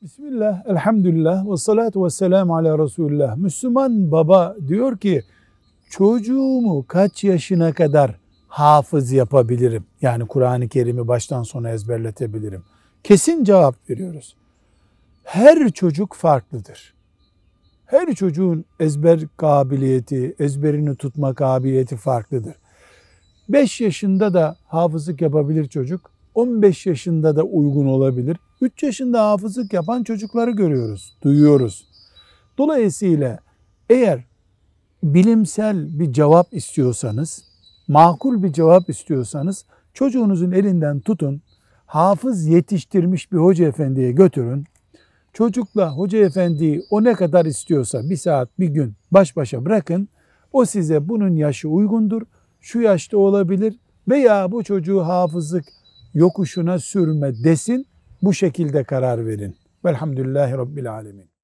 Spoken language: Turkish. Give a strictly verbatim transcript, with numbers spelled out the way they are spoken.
Bismillah, elhamdülillah, ve salatu ve selamu ala Resulullah. Müslüman baba diyor ki, çocuğumu kaç yaşına kadar hafız yapabilirim? Yani Kur'an-ı Kerim'i baştan sona ezberletebilirim. Kesin cevap veriyoruz. Her çocuk farklıdır. Her çocuğun ezber kabiliyeti, ezberini tutma kabiliyeti farklıdır. beş yaşında da hafızlık yapabilir çocuk, on beş yaşında da uygun olabilir. üç yaşında hafızlık yapan çocukları görüyoruz, duyuyoruz. Dolayısıyla eğer bilimsel bir cevap istiyorsanız, makul bir cevap istiyorsanız çocuğunuzun elinden tutun, hafız yetiştirmiş bir hoca efendiye götürün. Çocukla hoca efendiyi o ne kadar istiyorsa bir saat, bir gün baş başa bırakın. O size bunun yaşı uygundur, şu yaşta olabilir veya bu çocuğu hafızlık yokuşuna sürme desin. Bu şekilde karar verin. Velhamdülillahi Rabbil Alemin.